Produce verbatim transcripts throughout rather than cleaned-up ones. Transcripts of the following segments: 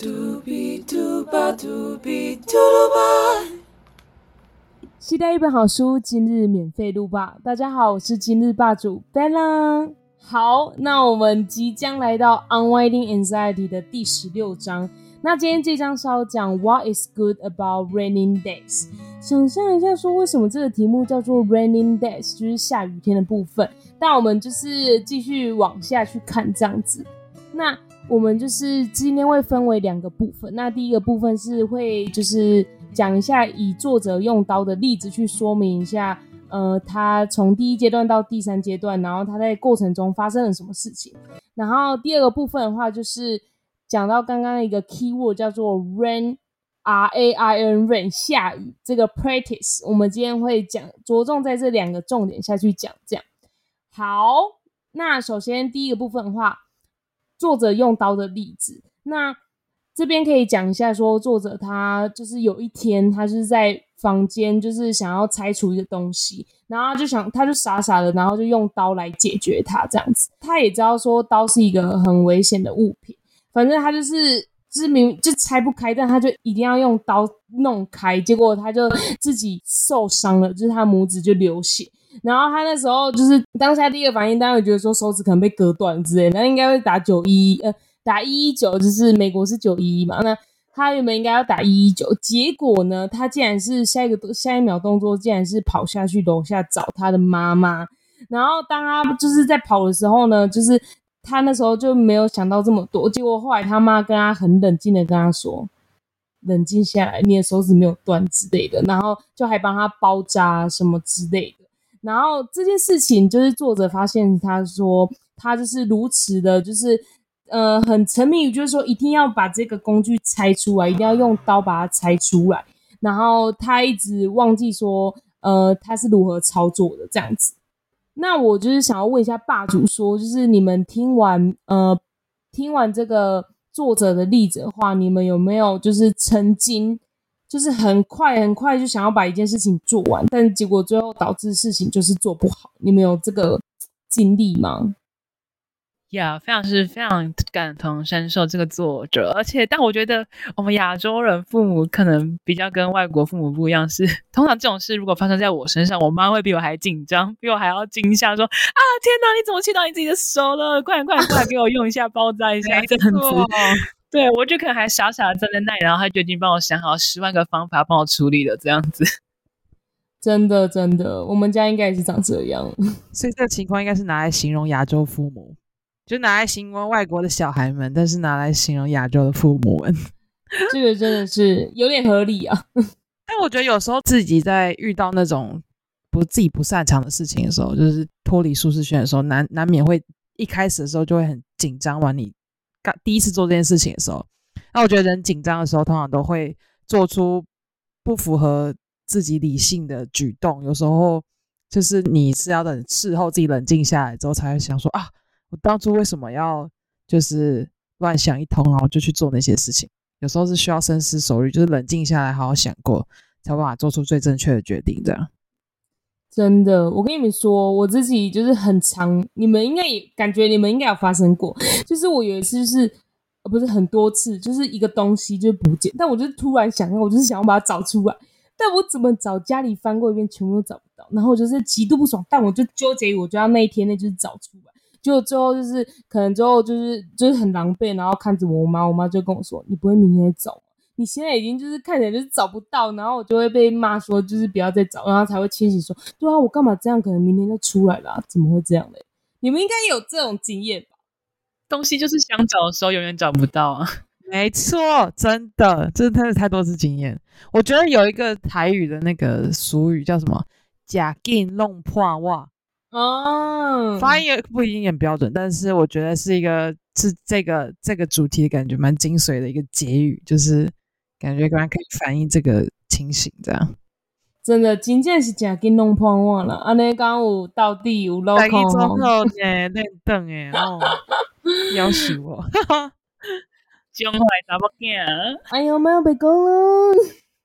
期待一本好书，今日免费录吧。大家好，我是今日霸主 Bella。好，那我们即将来到 Unwinding Anxiety 的第十六章。那今天这章是要讲 What is good about raining days。想象一下说为什么这个题目叫做 raining days， 就是下雨天的部分。但我们就是继续往下去看这样子。那我们就是今天会分为两个部分。那第一个部分是会就是讲一下以作者用刀的例子去说明一下呃，他从第一阶段到第三阶段，然后他在过程中发生了什么事情。然后第二个部分的话就是讲到刚刚一个 keyword 叫做 rain R A I N rain 下雨这个 practice， 我们今天会讲着重在这两个重点下去讲这样。好，那首先第一个部分的话，作者用刀的例子。那这边可以讲一下说作者他就是有一天他就是在房间就是想要拆除一个东西，然后他就想他就傻傻的然后就用刀来解决它这样子。他也知道说刀是一个很危险的物品，反正他就是就是明明就拆不开，但他就一定要用刀弄开，结果他就自己受伤了，就是他拇指就流血。然后他那时候就是当下第一个反应当然会觉得说手指可能被割断之类的，那应该会打九一一呃打一一九，就是美国是九一一嘛，那他原本应该要打一一九，结果呢他竟然是下一个下一秒动作竟然是跑下去楼下找他的妈妈。然后当他就是在跑的时候呢，就是他那时候就没有想到这么多，结果后来他妈跟他很冷静的跟他说冷静下来，你的手指没有断之类的，然后就还帮他包扎什么之类的。然后这件事情就是作者发现他说他就是如此的就是呃很沉迷于就是说一定要把这个工具拆出来，一定要用刀把它拆出来，然后他一直忘记说呃他是如何操作的这样子。那我就是想要问一下霸主说，就是你们听完呃听完这个作者的例子的话，你们有没有就是曾经就是很快很快就想要把一件事情做完，但结果最后导致事情就是做不好，你们有这个经历吗？ 呀、yeah, 非常是非常感同身受这个作者。而且但我觉得我们亚洲人父母可能比较跟外国父母不一样，是通常这种事如果发生在我身上，我妈会比我还紧张，比我还要惊吓，说啊天哪，你怎么切到你自己的手了，快点快点快点给我用一下包扎一下这样子。对，我就可能还傻傻的站在那里，然后他就已经帮我想好十万个方法帮我处理了这样子。 真的真的，我们家应该也是长这样。 所以这个情况应该是拿来形容亚洲父母，就拿来形容外国的小孩们，但是拿来形容亚洲的父母们。 这个真的是有点合理啊。 但我觉得有时候自己在遇到那种不自己不擅长的事情的时候，就是脱离舒适圈的时候，难难免会一开始的时候就会很紧张。完你第一次做这件事情的时候，那我觉得人紧张的时候通常都会做出不符合自己理性的举动，有时候就是你是要等事后自己冷静下来之后才会想说啊，我当初为什么要就是乱想一通，然后就去做那些事情。有时候是需要深思熟虑，就是冷静下来好好想过，才有办法做出最正确的决定这样。 真的，我跟你们说，我自己就是很常，你们应该也感觉你们应该有发生过，就是我有一次就是呃不是很多次，就是一个东西就不见，但我就突然想到，我就是想要把它找出来，但我怎么找，家里翻过一遍全部都找不到，然后我就是极度不爽，但我就纠结于我就要那一天内就是找出来，结果最后就是可能最后就是就是很狼狈，然后看着我妈，我妈就跟我说，你不会明天找吗？你现在已经就是看起来就是找不到，然后我就会被骂说就是不要再找，然后才会清醒说对啊，我干嘛这样，可能明天就出来了、啊、怎么会这样嘞？你们应该有这种经验吧？ 东西就是想找的时候永远找不到啊。 没错，真的，这真的太多次经验。我觉得有一个台语的那个俗语叫什么"假紧弄破袜"，哦，发音也不一定很标准，但是我觉得是一个是这个这个主题的感觉蛮精髓的一个结语，就是感觉刚刚可以反映这个情形这样。 真的真正是假紧弄破袜了，安尼讲有到底有老大家空做好呢，练凳诶，哦，要死我！ 将来查某囝， 哎呦，妈要被讲了。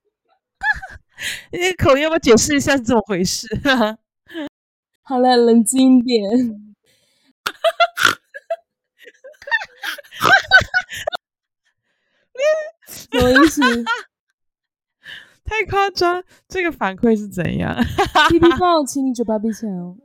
你口音要不要解释一下是怎么回事？ 好了，冷静一点。 你什么意思？ 太夸张，这个反馈是怎样？ 屁屁放，请你嘴巴闭起来哦。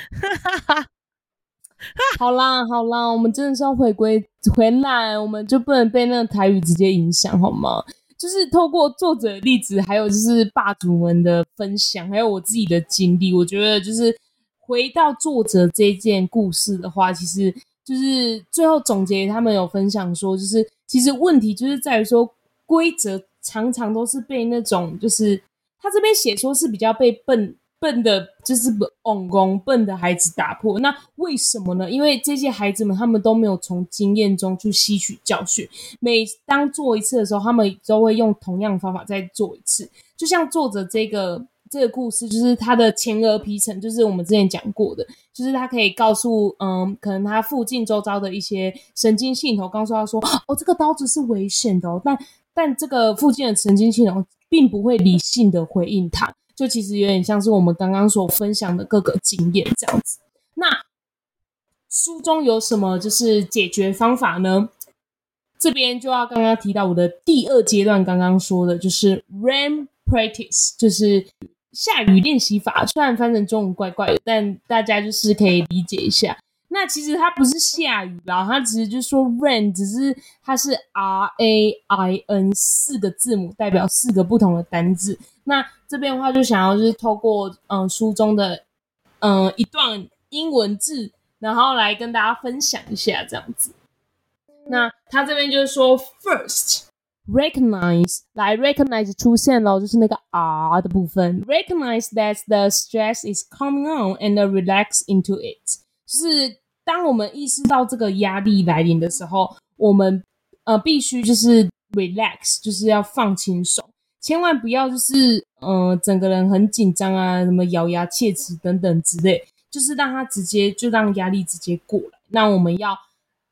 好啦好啦，我们真的是要回归回来，我们就不能被那个台语直接影响好吗？就是透过作者的例子，还有就是霸主们的分享，还有我自己的经历，我觉得就是回到作者这件故事的话，其实就是最后总结他们有分享说，就是其实问题就是在于说规则常常都是被那种就是他这边写说是比较被笨笨的，就是翁公笨的孩子打破。那为什么呢？因为这些孩子们他们都没有从经验中去吸取教训，每当做一次的时候，他们都会用同样的方法再做一次。就像作者这个这个故事，就是他的前额皮层，就是我们之前讲过的，就是他可以告诉嗯，可能他附近周遭的一些神经系统，告诉他说，哦，这个刀子是危险的哦，但但这个附近的神经系统并不会理性的回应他。就其实有点像是我们刚刚所分享的各个经验这样子。那书中有什么就是解决方法呢？这边就要刚刚提到我的第二阶段，刚刚说的就是 rain practice， 就是下雨练习法。虽然翻成中文怪怪的，但大家就是可以理解一下。那其实它不是下雨啦，它只是就是说 rain， 只是它是 R A I N 四个字母代表四个不同的单字。那这边的话就想要就是透过嗯、呃、书中的嗯、呃、一段英文字，然后来跟大家分享一下这样子。那他这边就是说 first recognize， 来 recognize 出现了，就是那个 R 的部分， recognize that the stress is coming on and relax into it， 就是当我们意识到这个压力来临的时候，我们呃必须就是 relax， 就是要放轻松，千万不要就是呃整个人很紧张啊，什么咬牙切齿等等之类，就是让他直接就让压力直接过来。那我们要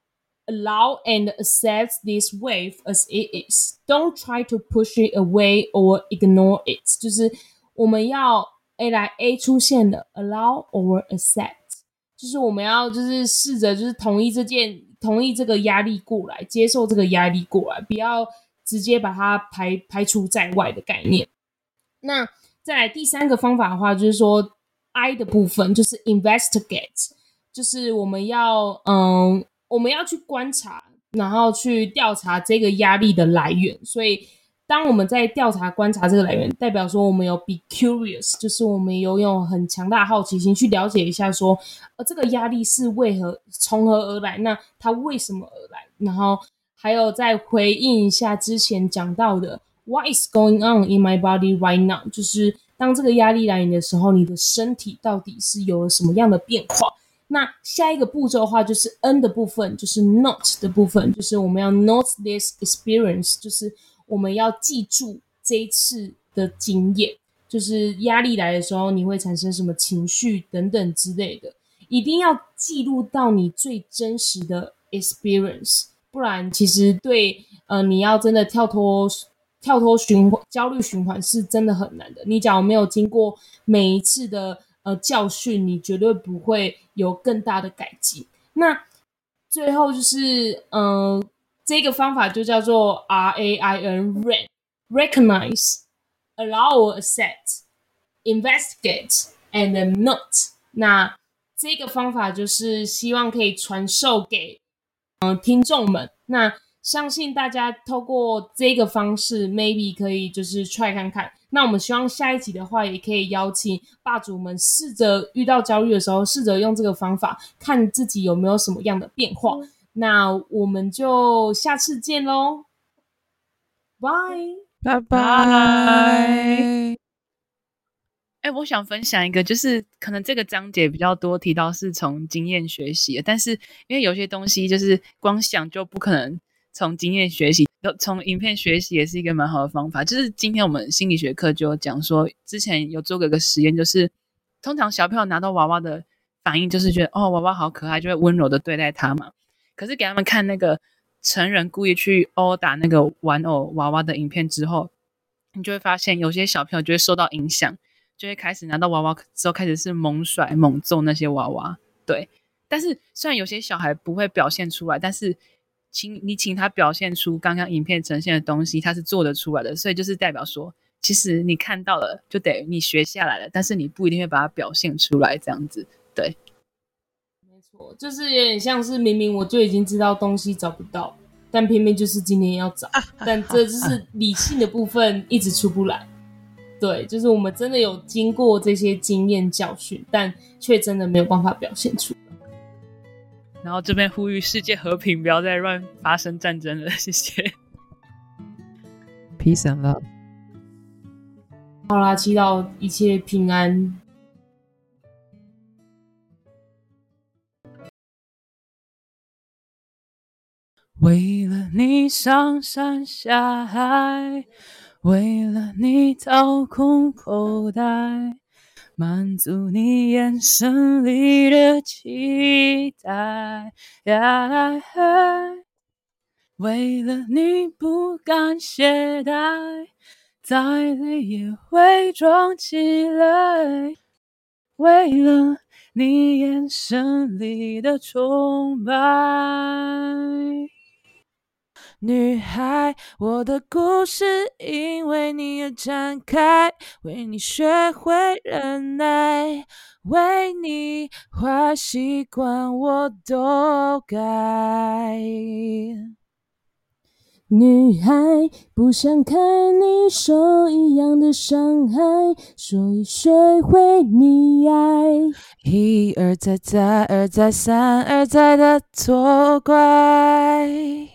allow and accept this wave as it is. Don't try to push it away or ignore it. 就是我们要 A 来 A 出现了 allow or accept， 就是我们要就是试着就是同意这件同意这个压力过来，接受这个压力过来，不要直接把它排排除在外的概念。那再来第三个方法的话，就是说 I 的部分就是 investigate， 就是我们要嗯。我们要去观察，然后去调查这个压力的来源。所以当我们在调查观察这个来源，代表说我们有 be curious， 就是我们有用很强大的好奇心去了解一下说呃，这个压力是为何从何而来，那它为什么而来，然后还有再回应一下之前讲到的 what is going on in my body right now， 就是当这个压力来临的时候，你的身体到底是有了什么样的变化。那下一个步骤的话就是 N 的部分，就是 note 的部分，就是我们要 note this experience， 就是我们要记住这一次的经验，就是压力来的时候你会产生什么情绪等等之类的，一定要记录到你最真实的 experience， 不然其实对呃你要真的跳脱跳脱循环焦虑循环是真的很难的。你假如没有经过每一次的呃教训，你绝对不会有更大的改进。那最后就是嗯、呃，这个方法就叫做 R A I N RAIN， recognize allow or accept investigate and note。 那这个方法就是希望可以传授给嗯、呃、听众们。那相信大家透过这个方式 maybe 可以就是 try 看看。那我们希望下一集的话也可以邀请霸主们试着遇到焦虑的时候试着用这个方法看自己有没有什么样的变化。那我们就下次见咯，拜拜拜。 哎，我想分享一个，就是可能这个章节比较多提到是从经验学习的，但是因为有些东西就是光想就不可能从经验学习，从影片学习也是一个蛮好的方法。就是今天我们心理学课就有讲说，之前有做过一个实验，就是通常小朋友拿到娃娃的反应就是觉得哦娃娃好可爱，就会温柔的对待他嘛。可是给他们看那个成人故意去殴打那个玩偶娃娃的影片之后，你就会发现有些小朋友就会受到影响，就会开始拿到娃娃之后开始是猛甩猛揍那些娃娃。对，但是虽然有些小孩不会表现出来，但是请你请他表现出刚刚影片呈现的东西，他是做得出来的，所以就是代表说其实你看到了就等于你学下来了，但是你不一定会把它表现出来这样子。对， 没错，就是有点像是明明我就已经知道东西找不到，但偏偏就是今天要找，但这就是理性的部分一直出不来。对，就是我们真的有经过这些经验教训，但却真的没有办法表现出来。 然后这边呼吁世界和平，不要再乱发生战争了，谢谢。 Peace and love。 好啦，祈祷一切平安。 为了你上山下海，为了你掏空口袋，满足你眼神里的期待，为了你不敢懈怠，再累也伪装起来，为了你眼神里的崇拜。 女孩，我的故事因为你而展开，为你学会忍耐，为你坏习惯我都改。 女孩，不想看你受一样的伤害，所以学会溺爱， 一而再再而再三而再的错怪。